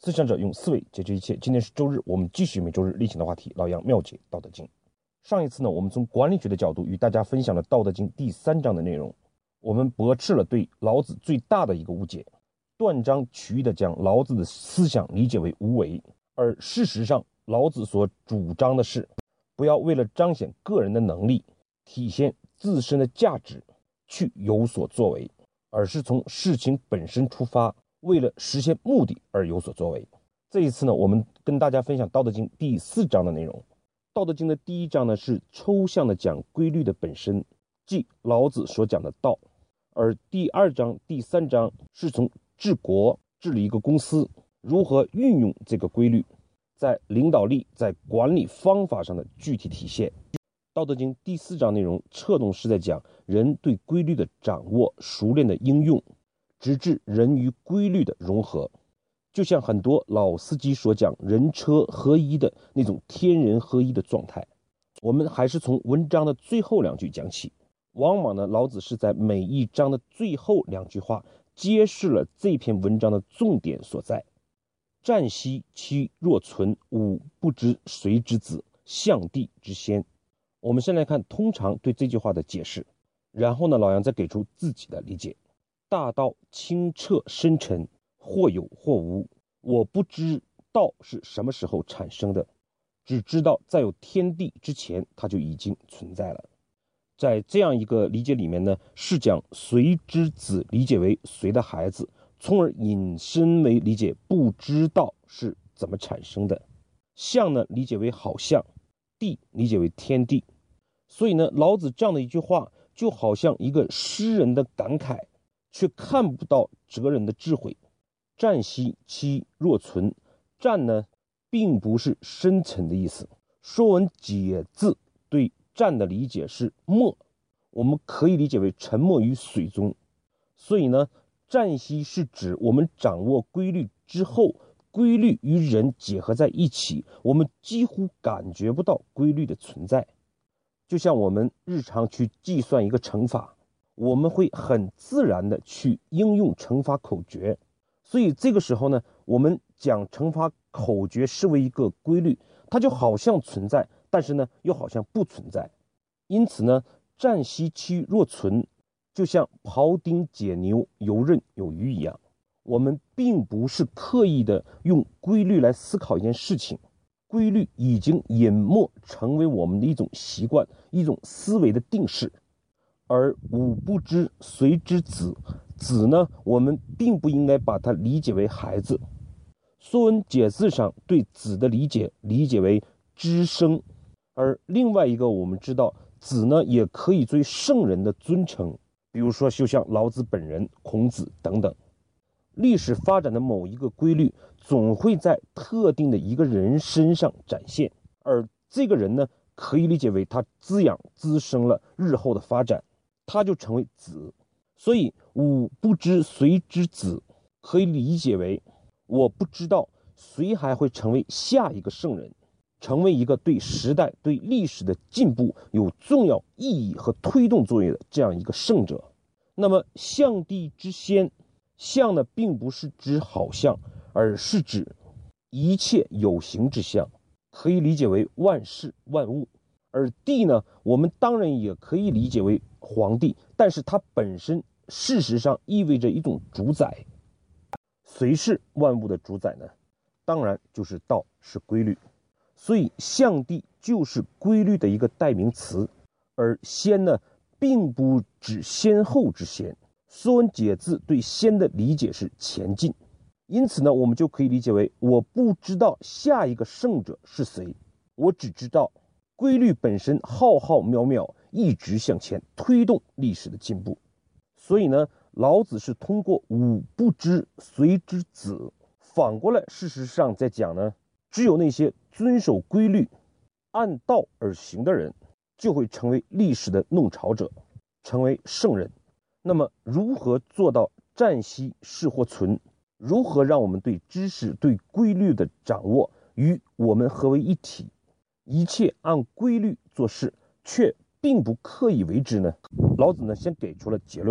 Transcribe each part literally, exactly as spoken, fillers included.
思想者用思维解决一切。今天是周日，我们继续每周日例行的话题，老杨妙解道德经。上一次呢，我们从管理学的角度与大家分享了道德经第三章的内容。我们驳斥了对老子最大的一个误解，断章取义的将老子的思想理解为无为，而事实上老子所主张的是，不要为了彰显个人的能力，体现自身的价值去有所作为，而是从事情本身出发，为了实现目的而有所作为。这一次呢，我们跟大家分享道德经第四章的内容。道德经的第一章呢，是抽象的讲规律的本身，即老子所讲的道，而第二章第三章是从治国治理一个公司如何运用这个规律，在领导力在管理方法上的具体体现。道德经第四章内容侧重是在讲人对规律的掌握熟练的应用，直至人与规律的融合，就像很多老司机所讲人车合一的那种天人合一的状态。我们还是从文章的最后两句讲起。往往呢，老子是在每一章的最后两句话揭示了这篇文章的重点所在。战兮其若存，吾不知谁之子，象帝之先。我们先来看通常对这句话的解释，然后呢，老杨再给出自己的理解。大道清澈深沉，或有或无，我不知道是什么时候产生的，只知道在有天地之前它就已经存在了。在这样一个理解里面呢，是将谁之子理解为谁的孩子，从而引申为理解不知道是怎么产生的。象呢理解为好像，地理解为天地。所以呢，老子这样的一句话就好像一个诗人的感慨，却看不到哲人的智慧。战兮其若存，战呢并不是深沉的意思。说文解字对战的理解是没，我们可以理解为沉没于水中。所以呢，战兮是指我们掌握规律之后，规律与人结合在一起，我们几乎感觉不到规律的存在。就像我们日常去计算一个乘法，我们会很自然的去应用乘法口诀。所以这个时候呢，我们讲乘法口诀视为一个规律，它就好像存在，但是呢又好像不存在。因此呢，战兮其若存，就像庖丁解牛，游刃有余一样。我们并不是刻意的用规律来思考一件事情，规律已经隐没成为我们的一种习惯，一种思维的定式。而吾不知谁之子，子呢，我们并不应该把它理解为孩子。说文解字上对子的理解理解为知生，而另外一个我们知道子呢也可以作为圣人的尊称，比如说就像老子本人、孔子等等。历史发展的某一个规律总会在特定的一个人身上展现，而这个人呢可以理解为他滋养滋生了日后的发展，他就成为子。所以吾不知谁之子可以理解为我不知道谁还会成为下一个圣人，成为一个对时代对历史的进步有重要意义和推动作用的这样一个圣者。那么象帝之先，象呢并不是指好像，而是指一切有形之象，可以理解为万事万物。而帝呢，我们当然也可以理解为皇帝，但是它本身事实上意味着一种主宰。谁是万物的主宰呢？当然就是道，是规律。所以象帝就是规律的一个代名词。而先呢并不指先后之先，说文解字对先的理解是前进。因此呢，我们就可以理解为我不知道下一个圣者是谁，我只知道规律本身浩浩渺渺，一直向前推动历史的进步。所以呢，老子是通过吾不知谁之子，反过来事实上在讲呢，只有那些遵守规律按道而行的人就会成为历史的弄潮者，成为圣人。那么如何做到战兮是或存，如何让我们对知识对规律的掌握与我们合为一体，一切按规律做事却并不刻意为之呢？老子呢先给出了结论。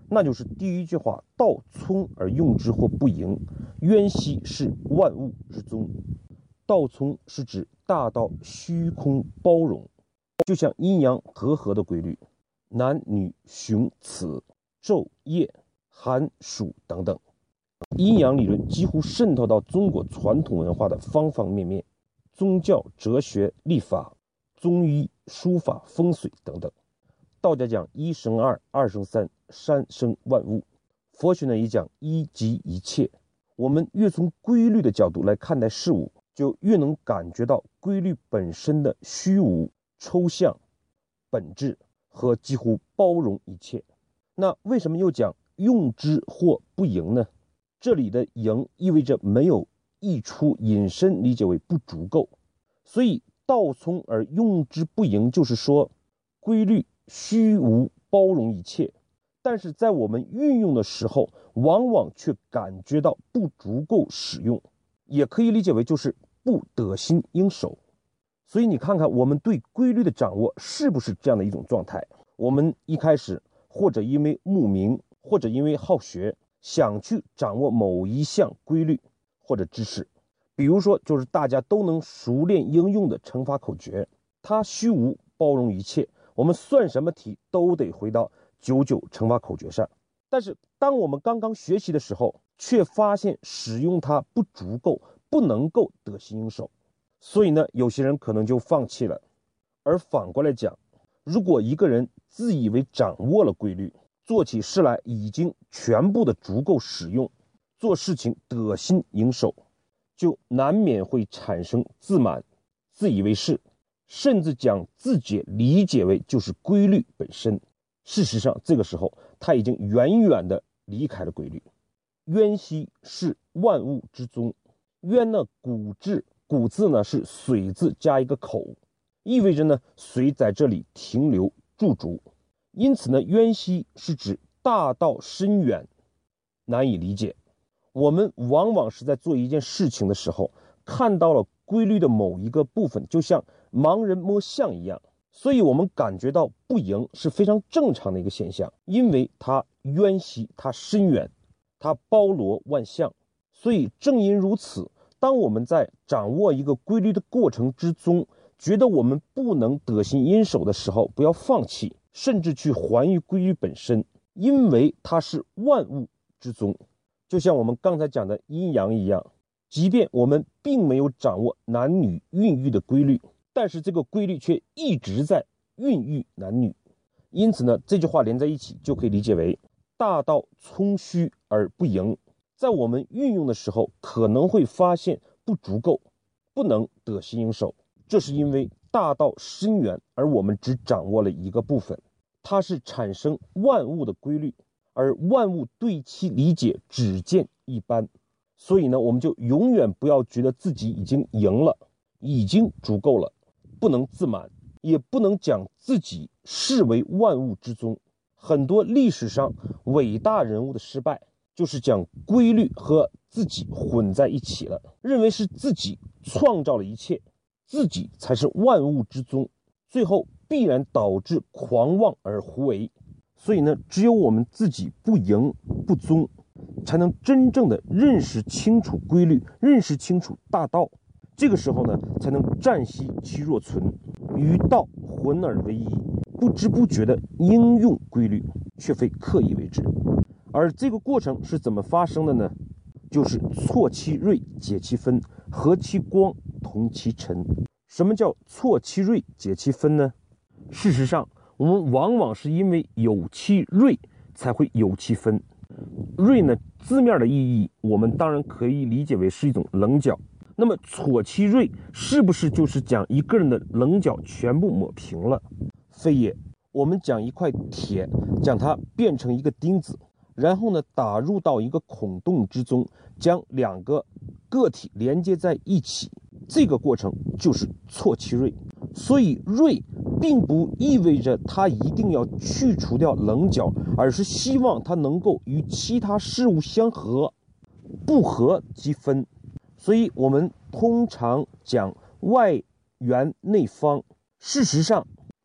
那就是第一句话，道聪而用之或不盈，渊兮是万物之宗。道聪是指大道虚空包容，就像阴阳和合的规律，男女雄雌昼夜寒暑等等，阴阳理论几乎渗透到中国传统文化的方方面面，宗教、哲学、历法、中医、书法、风水等等。道家讲一生二，二生三，三生万物。佛学呢也讲一即一切。我们越从规律的角度来看待事物，就越能感觉到规律本身的虚无、抽象、本质和几乎包容一切。那为什么又讲用之或不盈呢？这里的盈意味着没有溢出，引申理解为不足够。所以道聪而用之不盈，就是说规律虚无包容一切，但是在我们运用的时候，往往却感觉到不足够使用，也可以理解为就是不得心应手。所以你看看我们对规律的掌握是不是这样的一种状态？我们一开始或者因为慕名，或者因为好学，想去掌握某一项规律或者知识，比如说就是大家都能熟练应用的乘法口诀，它虚无包容一切，我们算什么题都得回到九九乘法口诀上。但是当我们刚刚学习的时候，却发现使用它不足够，不能够得心应手，所以呢有些人可能就放弃了。而反过来讲，如果一个人自以为掌握了规律，做起事来已经全部的足够使用，做事情得心应手，就难免会产生自满、自以为是，甚至将自己理解为就是规律本身。事实上这个时候他已经远远的离开了规律。渊兮是万物之宗。渊呢古字，古字呢是水字加一个口，意味着呢水在这里停留驻足。因此呢渊兮是指大道深远，难以理解。我们往往是在做一件事情的时候，看到了规律的某一个部分，就像盲人摸象一样，所以我们感觉到不盈是非常正常的一个现象，因为它渊兮，它深远，它包罗万象。所以正因如此，当我们在掌握一个规律的过程之中，觉得我们不能得心应手的时候，不要放弃，甚至去还于规律本身，因为它是万物之宗。就像我们刚才讲的阴阳一样，即便我们并没有掌握男女孕育的规律，但是这个规律却一直在孕育男女。因此呢，这句话连在一起就可以理解为大道聪虚而不盈。在我们运用的时候，可能会发现不足够，不能得心应手，这是因为大道深远，而我们只掌握了一个部分，它是产生万物的规律，而万物对其理解只见一斑。所以呢，我们就永远不要觉得自己已经赢了，已经足够了，不能自满，也不能将自己视为万物之宗。很多历史上伟大人物的失败，就是将规律和自己混在一起了，认为是自己创造了一切，自己才是万物之宗，最后必然导致狂妄而胡为。所以呢，只有我们自己不盈不宗，才能真正的认识清楚规律，认识清楚大道。这个时候呢，才能暂息其若存，与道混而为一，不知不觉的应用规律，却非刻意为之。而这个过程是怎么发生的呢？就是错其锐，解其分，和其光，同其尘。什么叫错其锐，解其分呢？事实上，我们往往是因为有其锐，才会有其分。锐呢，字面的意义，我们当然可以理解为是一种棱角。那么错其锐，是不是就是将一个人的棱角全部抹平了？非也。我们将一块铁，将它变成一个钉子，然后呢，打入到一个孔洞之中，将两个个体连接在一起，这个过程就是错其锐。所以锐并不意味着它一定要去除掉棱角，而是希望它能够与其他事物相合，不合即分。所以我们通常讲外圆内方，事实上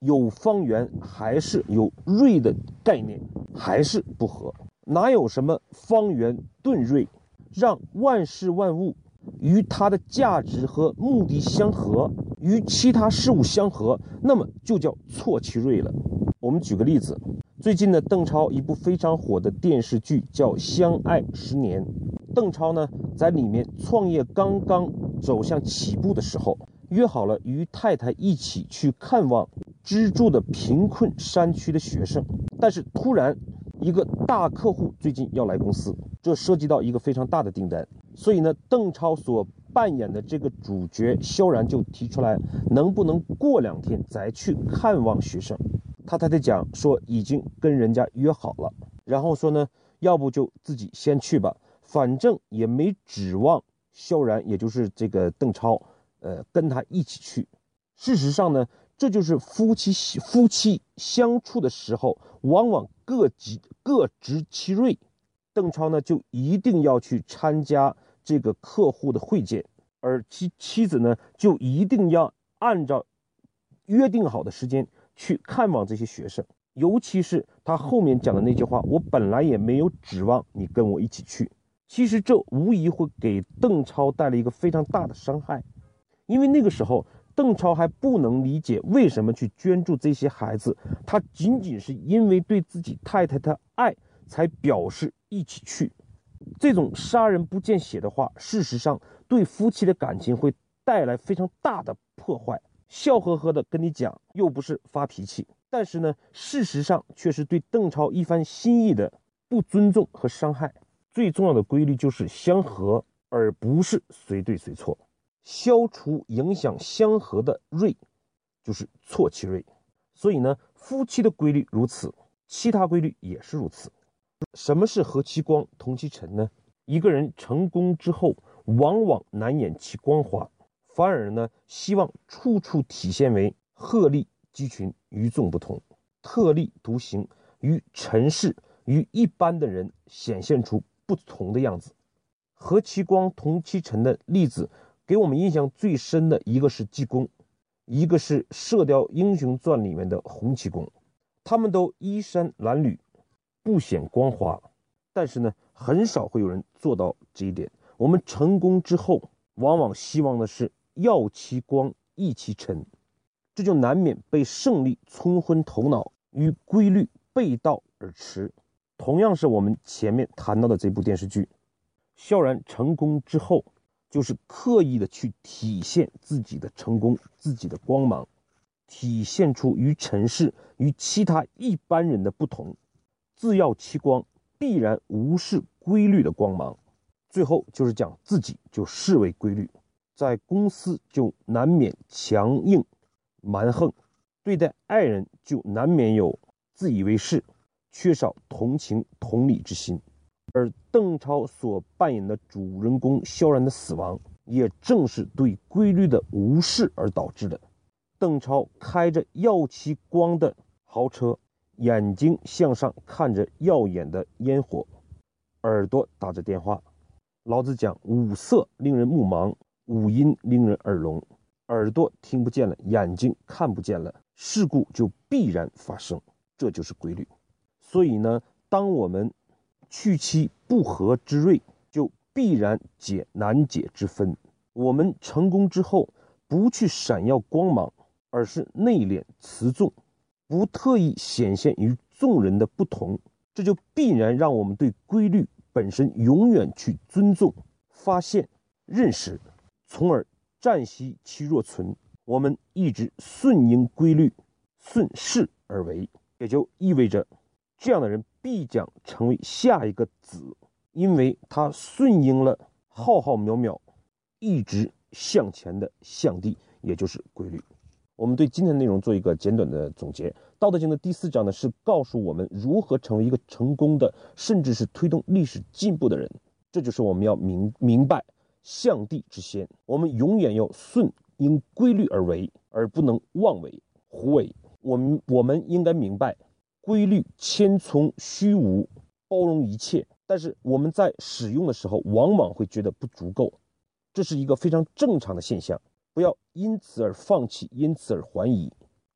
有方圆还是有锐的概念，还是不合。哪有什么方圆顿锐，让万事万物与它的价值和目的相合，与其他事物相合，那么就叫错其锐了。我们举个例子，最近呢，邓超一部非常火的电视剧叫《相爱十年》，邓超呢在里面创业刚刚走向起步的时候，约好了与太太一起去看望居住的贫困山区的学生，但是突然一个大客户最近要来公司，这涉及到一个非常大的订单，所以呢，邓超所扮演的这个主角萧然就提出来，能不能过两天再去看望学生。他太太讲说已经跟人家约好了，然后说呢，要不就自己先去吧，反正也没指望萧然，也就是这个邓超，呃，跟他一起去。事实上呢，这就是夫妻夫妻相处的时候，往往各执各执其锐。邓超呢，就一定要去参加这个客户的会见，而其妻子呢，就一定要按照约定好的时间去看望这些学生。尤其是他后面讲的那句话，我本来也没有指望你跟我一起去。其实这无疑会给邓超带来一个非常大的伤害，因为那个时候邓超还不能理解为什么去捐助这些孩子，他仅仅是因为对自己太太的爱才表示一起去。这种杀人不见血的话，事实上对夫妻的感情会带来非常大的破坏。笑呵呵的跟你讲，又不是发脾气，但是呢，事实上却是对邓超一番心意的不尊重和伤害。最重要的规律就是相合，而不是随对随错。消除影响相合的锐，就是错其锐。所以呢，夫妻的规律如此，其他规律也是如此。什么是和其光同其尘呢？一个人成功之后，往往难掩其光华，反而呢，希望处处体现为鹤立鸡群，与众不同，特立独行，与尘世与一般的人显现出不同的样子。和其光同其尘的例子，给我们印象最深的一个是济公，一个是《射雕英雄传》里面的洪七公。他们都衣衫褴褛，不显光华，但是呢，很少会有人做到这一点。我们成功之后，往往希望的是耀其光，抑其尘，这就难免被胜利冲昏头脑，与规律背道而驰。同样是我们前面谈到的这部电视剧，萧然成功之后，就是刻意的去体现自己的成功，自己的光芒，体现出与尘世与其他一般人的不同，自耀其光，必然无视规律的光芒。最后就是讲自己就视为规律，在公司就难免强硬蛮横，对待爱人就难免有自以为是，缺少同情同理之心。而邓超所扮演的主人公萧然的死亡，也正是对规律的无视而导致的。邓超开着耀其光的豪车，眼睛向上看着耀眼的烟火，耳朵打着电话。老子讲，五色令人目盲，五音令人耳聋。耳朵听不见了，眼睛看不见了，事故就必然发生，这就是规律。所以呢，当我们去其不合之锐，就必然解难解之分。我们成功之后，不去闪耀光芒，而是内敛持重，不特意显现于众人的不同，这就必然让我们对规律本身永远去尊重、发现、认识，从而暂息其若存。我们一直顺应规律，顺势而为，也就意味着这样的人必将成为下一个子，因为他顺应了浩浩渺渺一直向前的向地，也就是规律。我们对今天的内容做一个简短的总结。道德经的第四章呢，是告诉我们如何成为一个成功的，甚至是推动历史进步的人。这就是我们要明明白向地之先，我们永远要顺应规律而为，而不能妄为胡为。我们我们应该明白，规律谦从虚无，包容一切，但是我们在使用的时候，往往会觉得不足够，这是一个非常正常的现象。不要因此而放弃，因此而怀疑。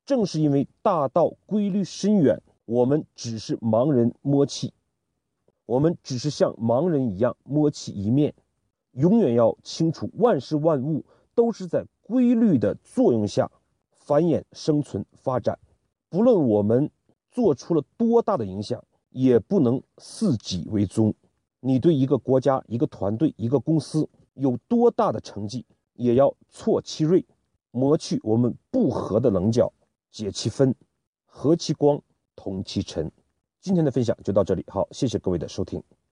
正是因为大道规律深远，我们只是盲人摸器，我们只是像盲人一样摸器一面，永远要清楚万事万物都是在规律的作用下繁衍生存发展，不论我们做出了多大的影响，也不能肆己为宗。你对一个国家、一个团队、一个公司有多大的成绩，也要挫其锐，磨去我们不和的棱角，解其分，和其光，同其尘。今天的分享就到这里，好，谢谢各位的收听。